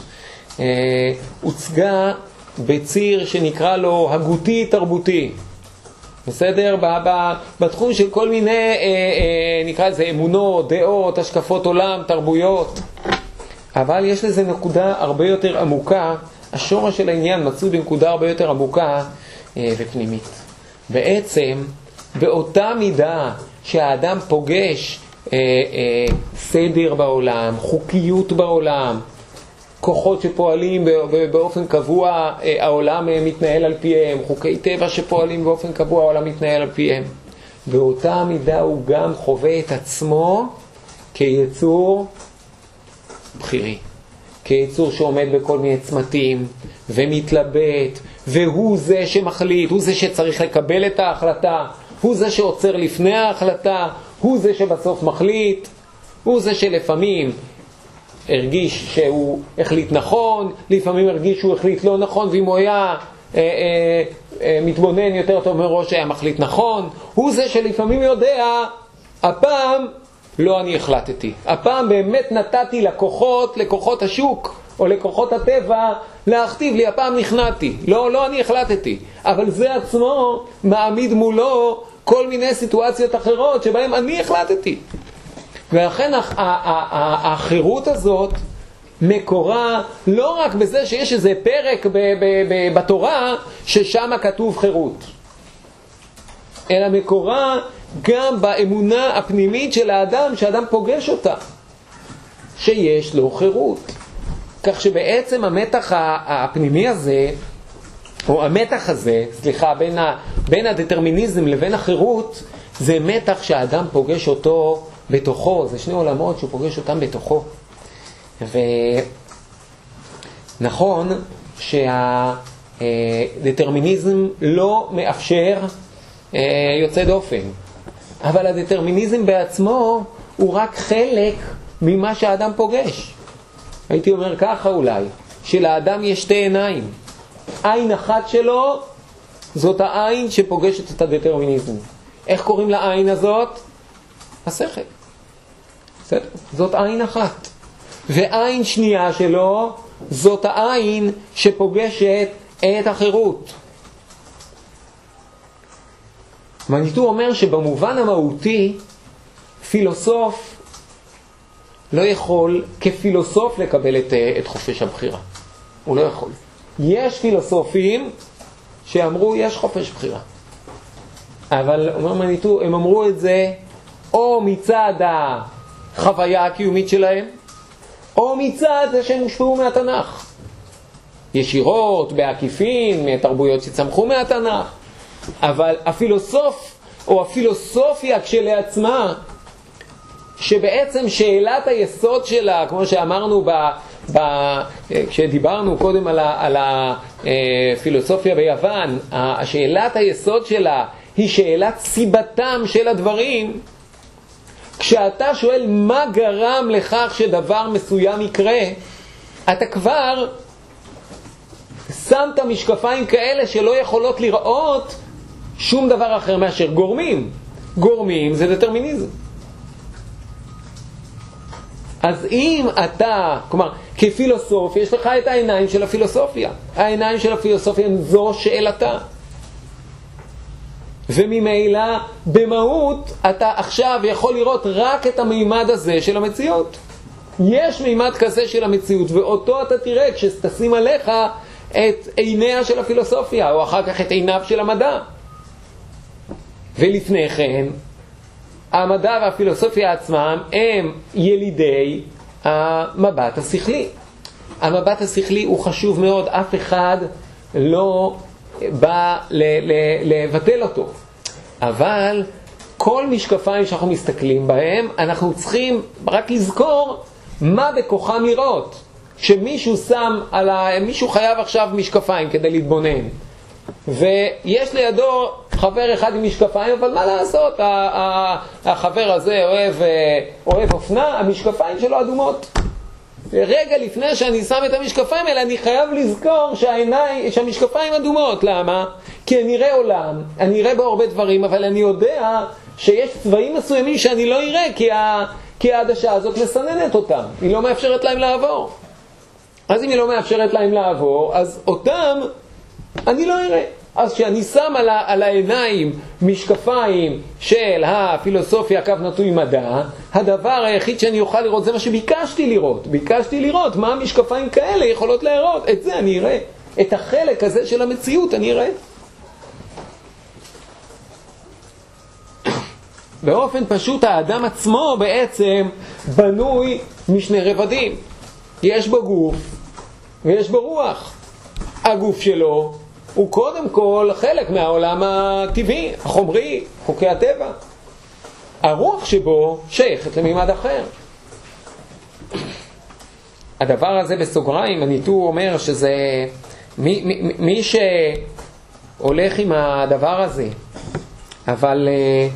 הוצגה בציר שנקרא לו הגותי תרבותי. בסדר? בתחום של כל מיני, נקרא לזה אמונות, דעות, השקפות עולם, תרבויות. אבל יש לזה נקודה הרבה יותר עמוקה, השורש של העניין מצוי בנקודה הרבה יותר עמוקה ופנימית. בעצם, באותה מידה שהאדם פוגש סדר בעולם, חוקיות בעולם, כוחות שפועלים באופן קבוע, העולם מתנהל על פיהם, חוקי טבע שפועלים באופן קבוע, העולם מתנהל על פיהם. באותה מידה הוא גם חווה את עצמו כיצור בחירי, כיצור שעומד בכל מיני צמתים ומתלבט, והוא זה שמחליט, הוא זה שצריך לקבל את ההחלטה, הוא זה שעוצר לפני ההחלטה, הוא זה שבסוף מחליט, הוא זה שלפעמים הרגיש שהוא החליט נכון, לפעמים הרגיש שהוא החליט לא נכון, ואם הוא היה מתבונן יותר טוב מראש היה מחליט נכון, הוא זה שלפעמים יודע, הפעם לא אני החלטתי, הפעם באמת נתתי לכוחות השוק או לכוחות הטבע להכתיב לי, הפעם נכנעתי, לא אני החלטתי, אבל זה עצמו מעמיד מולו כל מיני סיטואציות אחרות שבהן אני החלטתי. ולכן החירות הזאת מקורה לא רק בזה שיש איזה פרק בתורה ששם כתוב חירות, אלא מקורה גם באמונה הפנימית של האדם, שאדם פוגש אותה, שיש לו חירות. כך שבעצם המתח הפנימי הזה, או המתח הזה, בין הדטרמיניזם לבין החירות, זה מתח שהאדם פוגש אותו בתוכו, זה שני עולמות שהוא פוגש אותם בתוכו. ונכון שהדטרמיניזם לא מאפשר יוצא דופן, אבל הדטרמיניזם בעצמו הוא רק חלק ממה שהאדם פוגש. הייתי אומר ככה אולי, שלאדם יש שתי עיניים. עין אחת שלו זאת העין שפוגשת את הדטרמיניזם. איך קוראים לעין הזאת? השכל. זאת עין אחת. ועין שנייה שלו זאת העין שפוגשת את החירות. מניטו אומר שבמובן המהותי פילוסוף לא יכול כפילוסוף לקבל את חופש הבחירה. הוא לא יכול. יש פילוסופים שאמרו יש חופש בחירה, אבל אומר מניטו, הם אמרו את זה או מצד החוויה הקיומית שלהם, או מצד זה שהם הושפעו מהתנ"ך ישירות, בעקיפין, מתרבויות שצמחו מהתנ"ך. אבל הפילוסוף או הפילוסופיה כשלעצמה, שבעצם שאלת היסוד שלה, כמו שאמרנו כשדיברנו קודם על הפילוסופיה ביוון, שאלת היסוד שלה היא שאלת סיבתם של הדברים. כשאתה שואל מה גרם לכך שדבר מסוים יקרה, אתה כבר שמת משקפיים כאלה שלא יכולות לראות שום דבר אחר מאשר גורמים. גורמים זה דטרמיניזם. אז אם אתה, כלומר, כפילוסוף, יש לך את העיניים של הפילוסופיה. העיניים של הפילוסופיה זו שאלתה. וממילא, במהות, אתה עכשיו יכול לראות רק את המימד הזה של המציאות. יש מימד כזה של המציאות, ואותו אתה תראה כשתשים עליך את עיניה של הפילוסופיה, או אחר כך את עיניו של המדע. ולפני כן, המדע והפילוסופיה עצמם הם ילידי המבט השכלי. המבט השכלי הוא חשוב מאוד, אף אחד לא בא לבטל אותו. אבל כל משקפיים שאנחנו מסתכלים בהם, אנחנו צריכים רק לזכור מה בכוחם לראות. שמישהו מישהו חייב עכשיו משקפיים כדי להתבונן. ויש לידו חבר אחד עם משקפיים, אבל מה לעשות? החבר הזה אוהב אופנה, המשקפיים שלו אדומות. רגע לפני שאני שם את המשקפיים האלה, אני חייב לזכור שהמשקפיים אדומות. למה? כי אני אראה עולם, אני אראה בו הרבה דברים, אבל אני יודע שיש צבעים מסוימים שאני לא אראה, כי העדשה הזאת מסננת אותם. היא לא מאפשרת להם לעבור. אז אם היא לא מאפשרת להם לעבור, אז אותם אני לא אראה. אז כשאני שם על העיניים משקפיים של הפילוסופיה קו נטוי מדע, הדבר היחיד שאני אוכל לראות זה מה שביקשתי לראות. ביקשתי לראות מה המשקפיים כאלה יכולות להראות. את זה אני אראה. את החלק הזה של המציאות אני אראה. באופן פשוט האדם עצמו בעצם בנוי משני רבדים. יש בו גוף ויש בו רוח. הגוף שלו הוא קודם כל חלק מהעולם הטבעי, החומרי, חוקי הטבע. הרוח שבו שייכת לממד אחר. הדבר הזה בסוגריים, הניטור אומר שזה מי שהולך עם הדבר הזה, אבל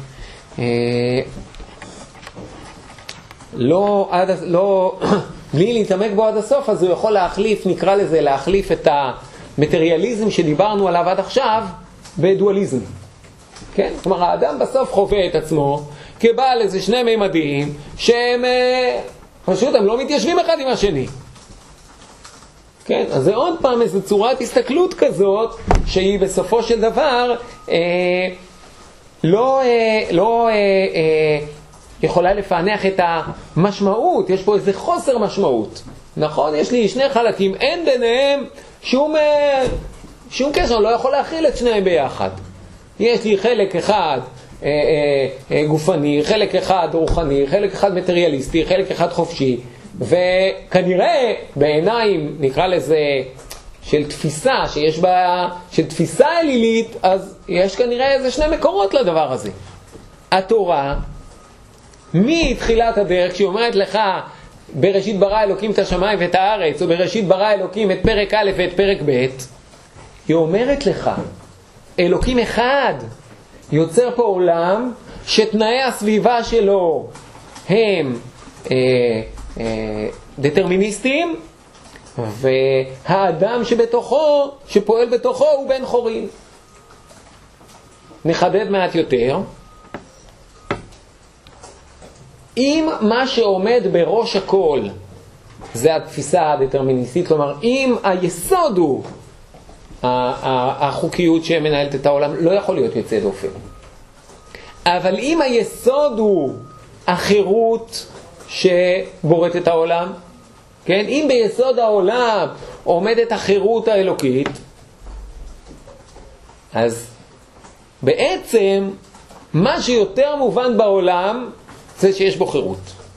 לא בלי להתעמק בו עד הסוף, אז הוא יכול להחליף, נקרא לזה, להחליף את המטריאליזם שדיברנו עליו עד עכשיו בדואליזם. כן? כלומר, האדם בסוף חווה את עצמו כבעל איזה שני מימדים שהם פשוט הם לא מתיישבים אחד עם השני. כן? אז זה עוד פעם איזו צורת הסתכלות כזאת שהיא בסופו של דבר לא יכולה לפענח את המשמעות. יש פה איזה חוסר משמעות. נכון? יש לי שני חלקים, אין ביניהם שום קשר, לא יכול להכיל את שניהם ביחד. יש לי חלק אחד גופני, חלק אחד רוחני, חלק אחד מטריאליסטי, חלק אחד חופשי, וכנראה בעיניים, נקרא לזה, של תפיסה שיש בה, של תפיסה אלילית, אז יש כנראה איזה שני מקורות לדבר הזה. התורה, מתחילת הדרך, כשהיא אומרת לך, בראשית ברא אלוקים את השמיים ואת הארץ, או בראשית ברא אלוקים את פרק א' ואת פרק ב', היא אומרת לך, אלוקים אחד יוצר פה עולם שתנאי הסביבה שלו הם דטרמיניסטיים, והאדם שבתוכו, שפועל בתוכו, הוא בן חורין. נחדד מעט יותר. אם מה שעומד בראש הכל זה התפיסה הדטרמיניסטית, כלומר אם היסוד הוא החוקיות שמנהלת את העולם, לא יכול להיות יוצא דופן. אבל אם היסוד הוא החירות שבוראת את העולם, כן? אם ביסוד העולם עומדת החירות האלוקית, אז בעצם מה שיותר מובן בעולם זה שיש בו חירות.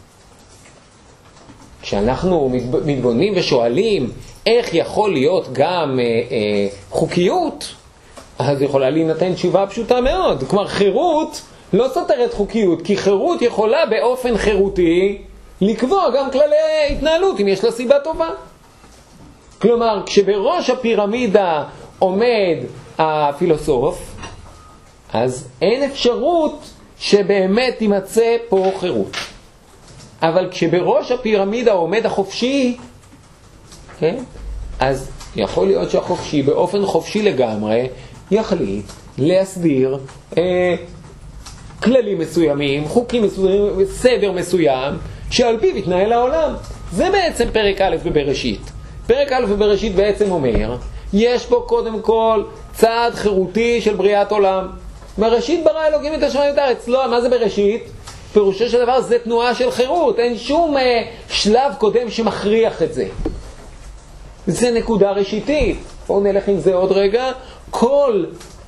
כשאנחנו מתבוננים ושואלים איך יכול להיות גם חוקיות, אז יכולה להינתן תשובה פשוטה מאוד. כלומר, חירות לא סותרת חוקיות, כי חירות יכולה באופן חירותי לקבוע גם כללי התנהלות, אם יש לה סיבה טובה. כלומר, כשבראש הפירמידה עומד הפילוסוף, אז אין אפשרות שבאמת תימצא פה חירות. אבל כשבראש הפירמידה עומד החופשי, כן? אז יכול להיות שהחופשי באופן חופשי לגמרי יחליט להסדיר כללים מסוימים, חוקים מסוימים, סדר מסוים שעל פיו יתנהל העולם. זה בעצם פרק א' בבראשית. פרק א' בבראשית בעצם אומר, יש פה קודם כל צעד חירותי של בריאת עולם. בראשית ברא אלוקים את השמיים ואת הארץ. לא, מה זה בראשית? פירושו של דבר זה תנועה של חירות. אין שום שלב קודם שמכריח את זה. זה נקודה ראשיתית. בואו נלך עם זה עוד רגע. כל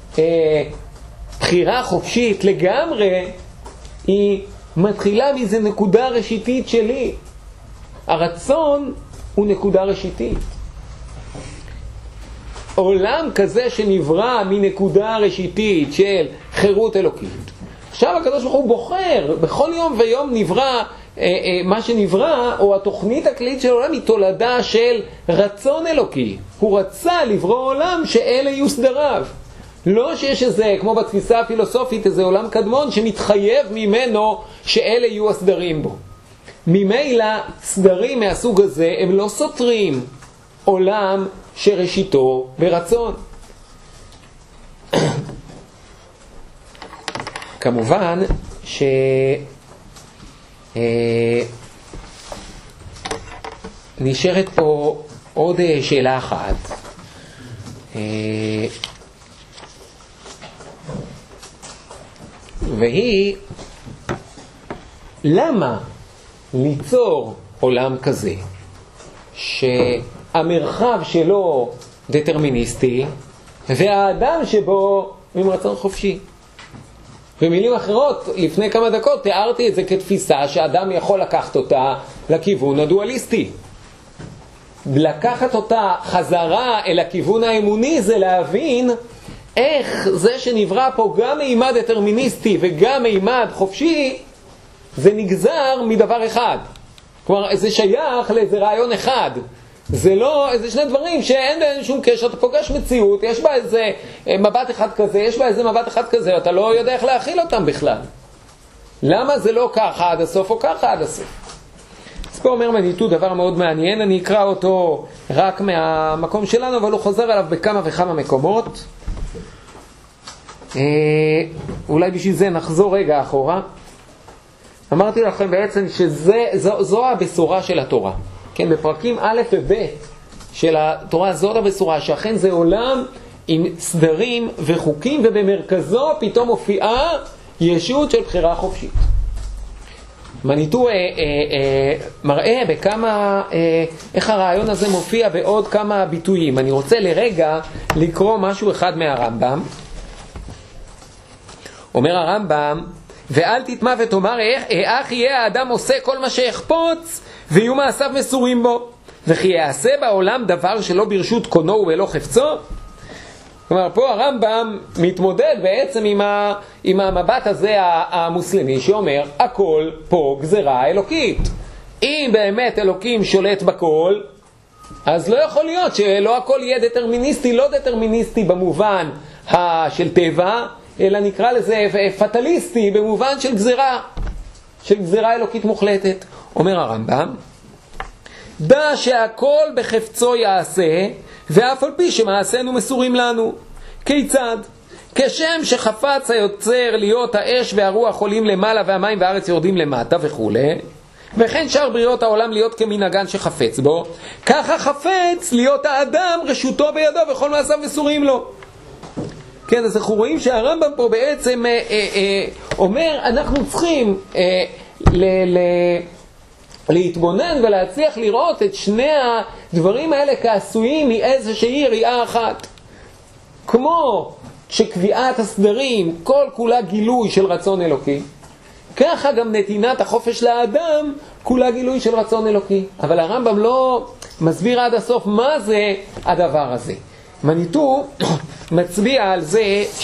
בחירה חופשית לגמרי היא מתחילה מזה נקודה ראשיתית שלי. הרצון הוא נקודה ראשיתית. עולם כזה שנברא מנקודה ראשיתית של חירות אלוקית. עכשיו הקדוש ברוך הוא בוחר, בכל יום ויום נברא, מה שנברא, או התוכנית הכללית של העולם היא תולדה של רצון אלוקי. הוא רצה לברוא עולם שאלה יהיו סדריו. לא שיש איזה, כמו בתפיסה הפילוסופית, איזה עולם קדמון שמתחייב ממנו שאלה יהיו הסדרים בו. ממילא סדרים מהסוג הזה הם לא סותרים עולם שראשיתו ברצון. כמובן נשארת פה עוד שאלה אחת. והיא למה ליצור עולם כזה שהמרחב שלו דטרמיניסטי והאדם שבו עם רצון חופשי. במילים אחרות, לפני כמה דקות תיארתי את זה כתפיסה שאדם יכול לקחת אותה לכיוון הדואליסטי. לקחת אותה חזרה אל הכיוון האמוני זה להבין איך זה שנברא פה גם מימד דטרמיניסטי וגם מימד חופשי זה נגזר מדבר אחד. כלומר, זה שייך לאיזה רעיון אחד. זה לא, זה שני דברים שאין ביניהם שום קשר. אתה פוגש מציאות, יש בה איזה מבט אחד כזה, יש בה איזה מבט אחד כזה, אתה לא יודע איך להכיל אותם בכלל. למה זה לא ככה עד הסוף או ככה עד הסוף? אז פה אומר מניטו דבר מאוד מעניין, אני אקרא אותו רק מהמקום שלנו, אבל הוא חוזר עליו בכמה וכמה מקומות. אולי בשביל זה נחזור רגע אחורה. אמרתי לכם בעצם שזו הבשורה של התורה. כן, בפרקים א' וב' של התורה זאת הבשורה, שאכן זה עולם עם סדרים וחוקים, ובמרכזו פתאום מופיעה ישות של בחירה חופשית. מניטו מראה בכמה, איך הרעיון הזה מופיע בעוד כמה ביטויים. אני רוצה לרגע לקרוא משהו אחד מהרמב"ם. אומר הרמב"ם, ואל תטמע ותאמר איך יהיה האדם עושה כל מה שיחפוץ ויהיו מעשיו מסורים בו, וכי יעשה בעולם דבר שלא ברשות קונו ולא חפצו. כלומר, פה הרמב"ם מתמודד בעצם עם המבט הזה המוסלמי שאומר, הכל פה גזרה אלוקית. אם באמת אלוקים שולט בכל, אז לא יכול להיות שלא הכל יהיה דטרמיניסטי, לא דטרמיניסטי במובן של טבע, אלא נקרא לזה פטליסטי במובן של גזרה אלוקית מוחלטת. אומר הרמב"ם, דע שהכל בחפצו יעשה, ואף על פי שמעשינו מסורים לנו. כיצד? כשם שחפץ היוצר להיות האש והרוח עולים למעלה והמים והארץ יורדים למטה וכו', וכן שאר בריאות העולם להיות כמנהגן שחפץ בו, ככה חפץ להיות האדם רשותו בידו וכל מעשיו מסורים לו. כן, אז אנחנו רואים שהרמב"ם פה בעצם אומר, אנחנו צריכים להתבונן ולהצליח לראות את שני הדברים האלה כעשויים מאיזושהי ראייה אחת. כמו שקביעת הסדרים כל כולה גילוי של רצון אלוקי, ככה גם נתינת החופש לאדם כולה גילוי של רצון אלוקי. אבל הרמב"ם לא מסביר עד הסוף מה זה הדבר הזה. מניטו מצביע על זה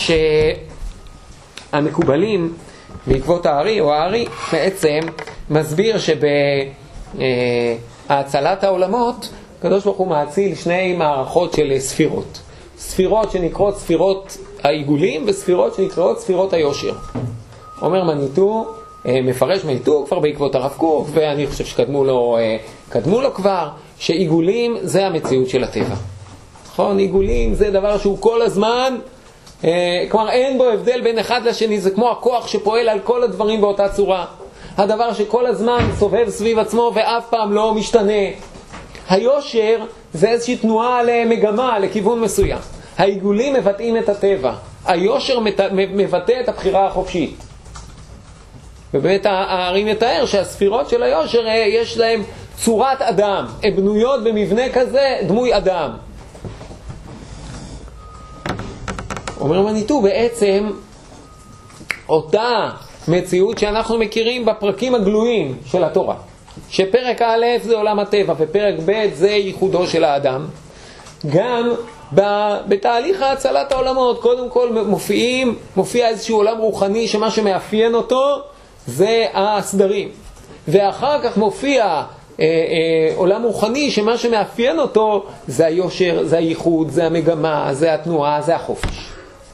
שהמקובלים בעקבות הארי או הארי בעצם מסביר שבהצלת העולמות הקדוש ברוך הוא מאציל שני מערכות של ספירות. ספירות שנקראות ספירות העיגולים וספירות שנקראות ספירות היושר. אומר מניטו, מפרש מניטו כבר בעקבות הרב קוק, ואני חושב שקדמו לו כבר, שעיגולים זה המציאות של הטבע. נכון, עיגולים זה דבר שהוא כל הזמן, כלומר אין בו הבדל בין אחד לשני, זה כמו הכוח שפועל על כל הדברים באותה צורה. הדבר שכל הזמן סובב סביב עצמו ואף פעם לא משתנה. היושר זה איזושהי תנועה למגמה, לכיוון מסוים. העיגולים מבטאים את הטבע. היושר מבטא את הבחירה החופשית. ובאמת הארי מתאר שהספירות של היושר יש להם צורת אדם. הן בנויות במבנה כזה, דמוי אדם. אומר מניטו בעצם אותה מציאות שאנחנו מכירים בפרקים הגלויים של התורה. שפרק א' זה עולם הטבע ופרק ב' זה ייחודו של האדם. גם בתהליך ההצלת העולמות קודם כל מופיע איזשהו עולם רוחני שמה שמאפיין אותו זה הסדרים. ואחר כך מופיע עולם רוחני שמה שמאפיין אותו זה היושר, זה הייחוד, זה המגמה, זה התנועה, זה החופש.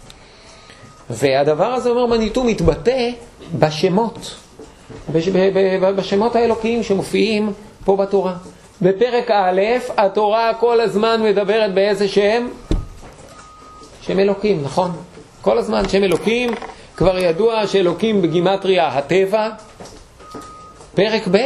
והדבר הזה אומר מניטו מתבטא בשמות. בשמות האלוקיים שמופיעים פה בתורה. בפרק א' התורה כל הזמן מדברת באיזה שם? שם אלוקים, נכון? כל הזמן שם אלוקים, כבר ידוע שאלוקים בגימטריה הטבע. פרק ב'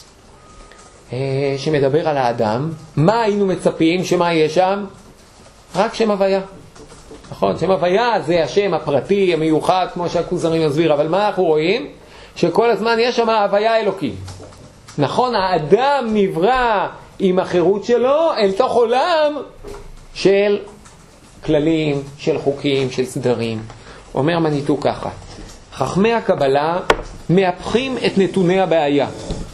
שמדבר על האדם, מה היינו מצפים שמה יהיה שם? רק שם הוויה. נכון, שם הוויה זה השם הפרטי, המיוחד, כמו שהכוזרי מסביר, אבל מה אנחנו רואים? שכל הזמן יש שם הוויה אלוקית. נכון, האדם נברא עם החירות שלו אל תוך עולם של כללים, של חוקים, של סדרים. אומר מניטו ככה, חכמי הקבלה מהפכים את נתוני הבעיה.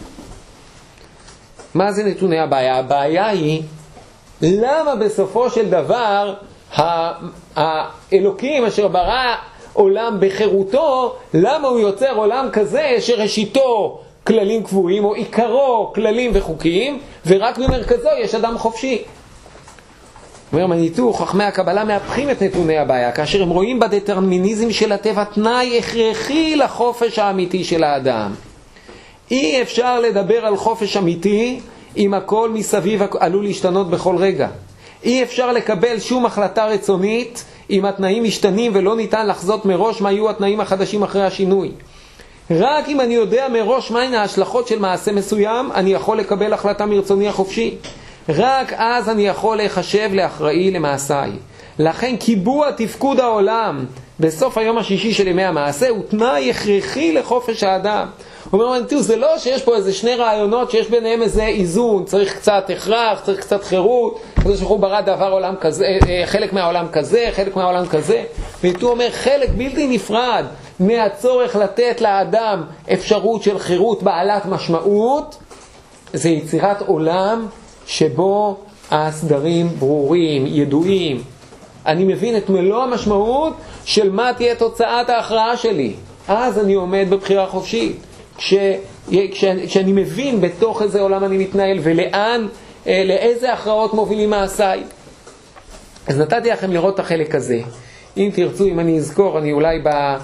מה זה נתוני הבעיה? הבעיה היא למה בסופו של דבר האלוקים אשר ברא עולם בחירותו, למה הוא יוצר עולם כזה שראשיתו כללים קבועים או עיקרו כללים וחוקיים, ורק במרכזו יש אדם חופשי. אומר מניטו, חכמי הקבלה מהפכים את נתוני הבעיה, כאשר הם רואים בדטרמיניזם של הטבע תנאי הכרחי לחופש האמיתי של האדם. אי אפשר לדבר על חופש אמיתי אם הכל מסביב עלול להשתנות בכל רגע. אי אפשר לקבל שום החלטה רצונית אם התנאים משתנים ולא ניתן לחזות מראש מה יהיו התנאים החדשים אחרי השינוי. רק אם אני יודע מראש מהן ההשלכות של מעשה מסוים, אני יכול לקבל החלטה מרצוני החופשי. רק אז אני יכול להיחשב לאחראי למעשיי. לכן קיבוע תפקוד העולם בסוף היום השישי של ימי המעשה הוא תנאי הכרחי לחופש האדם. הוא אומר, תראו, זה לא שיש פה איזה שני רעיונות שיש ביניהם איזה איזון, צריך קצת הכרח, צריך קצת חירות, כזה שהוא ברא דבר עולם כזה, חלק מהעולם כזה, חלק מהעולם כזה. ואיתו אומר, חלק בלתי נפרד מהצורך לתת לאדם אפשרות של חירות בעלת משמעות, זה יצירת עולם שבו הסדרים ברורים, ידועים. אני מבין את מלוא המשמעות של מה תהיה תוצאת ההכרעה שלי. אז אני עומד בבחירה חופשית. כשאני מבין בתוך איזה עולם אני מתנהל ולאן, לאיזה הכרעות מובילים מעשיי. אז נתתי לכם לראות את החלק הזה. אם תרצו, אם אני אזכור, אני אולי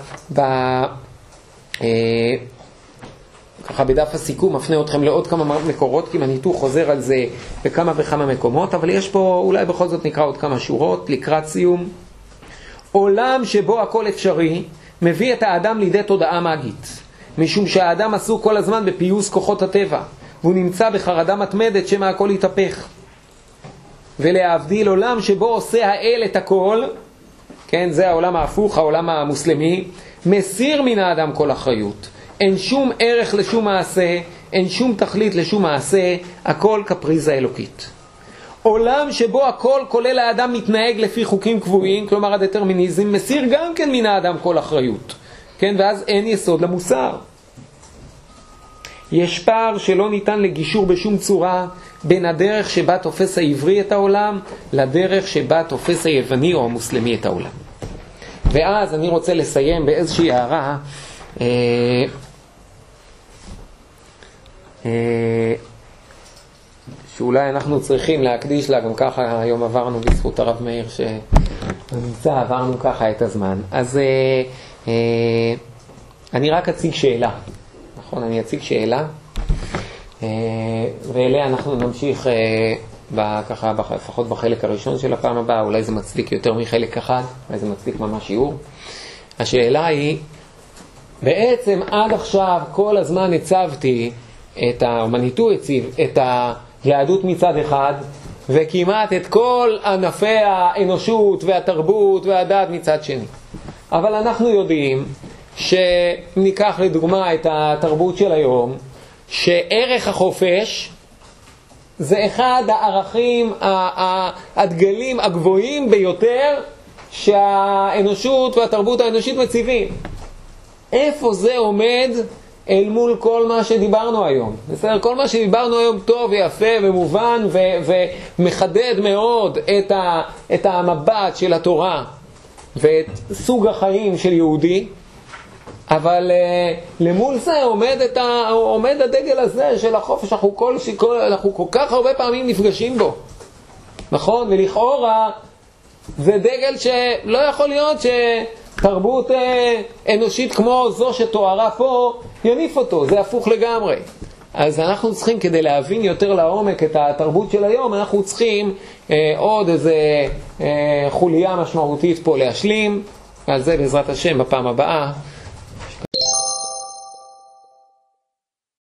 ככה בדף הסיכום מפנה אתכם לעוד כמה מקורות, כי מניטו חוזר על זה בכמה וכמה מקומות, אבל יש פה, אולי בכל זאת נקרא עוד כמה שורות לקראת סיום. עולם שבו הכל אפשרי מביא את האדם לידי תודעה מאגית, משום שהאדם עסוק כל הזמן בפיוס כוחות הטבע, והוא נמצא בחרדה מתמדת שמה הכל יתהפך. ולהבדיל עולם שבו עושה האל את הכל, כן, זה העולם ההפוך, העולם המוסלמי, מסיר מן האדם כל אחריות. אין שום ערך לשום מעשה, אין שום תכלית לשום מעשה, הכל קפריזה אלוקית. עולם שבו הכל כולל האדם מתנהג לפי חוקים קבועים, כלומר הדטרמיניזם, מסיר גם כן מן האדם כל אחריות. כן, ואז אין יסוד למוסר. יש פער שלא ניתן לגישור בשום צורה בין הדרך שבה תופס העברי את העולם לדרך שבה תופס היווני או המוסלמי את העולם. ואז אני רוצה לסיים באיזושהי הערה שאולי אנחנו צריכים להקדיש לה, גם ככה היום עברנו בזכות הרב מאיר שנמצא, עברנו ככה את הזמן. אז אני רק אציג שאלה, נכון? אני אציג שאלה ואליה אנחנו נמשיך ככה לפחות בחלק הראשון של הפעם הבאה, אולי זה מצדיק יותר מחלק אחד, אולי זה מצדיק ממש שיעור. השאלה היא, בעצם עד עכשיו כל הזמן הצבתי מניטו הציב את היהדות מצד אחד, וכמעט את כל ענפי האנושות והתרבות והדת מצד שני. אבל אנחנו יודעים שניקח לדוגמה את התרבות של היום, שערך החופש זה אחד הערכים, הדגלים הגבוהים ביותר שהאנושות והתרבות האנושית מציבים. איפה זה עומד אל מול כל מה שדיברנו היום? בסדר, כל מה שדיברנו היום טוב ויפה ומובן ומחדד מאוד את המבט של התורה ואת סוג החיים של יהודי, אבל למול זה עומד הדגל הזה של החופש, אנחנו כל כך הרבה פעמים נפגשים בו, נכון? ולכאורה זה דגל שלא יכול להיות שתרבות אנושית כמו זו שתוארה פה יניף אותו, זה הפוך לגמרי. אז אנחנו צריכים, כדי להבין יותר לעומק את התרבות של היום, אנחנו צריכים עוד איזה חוליה משמעותית פה להשלים. על זה בעזרת השם בפעם הבאה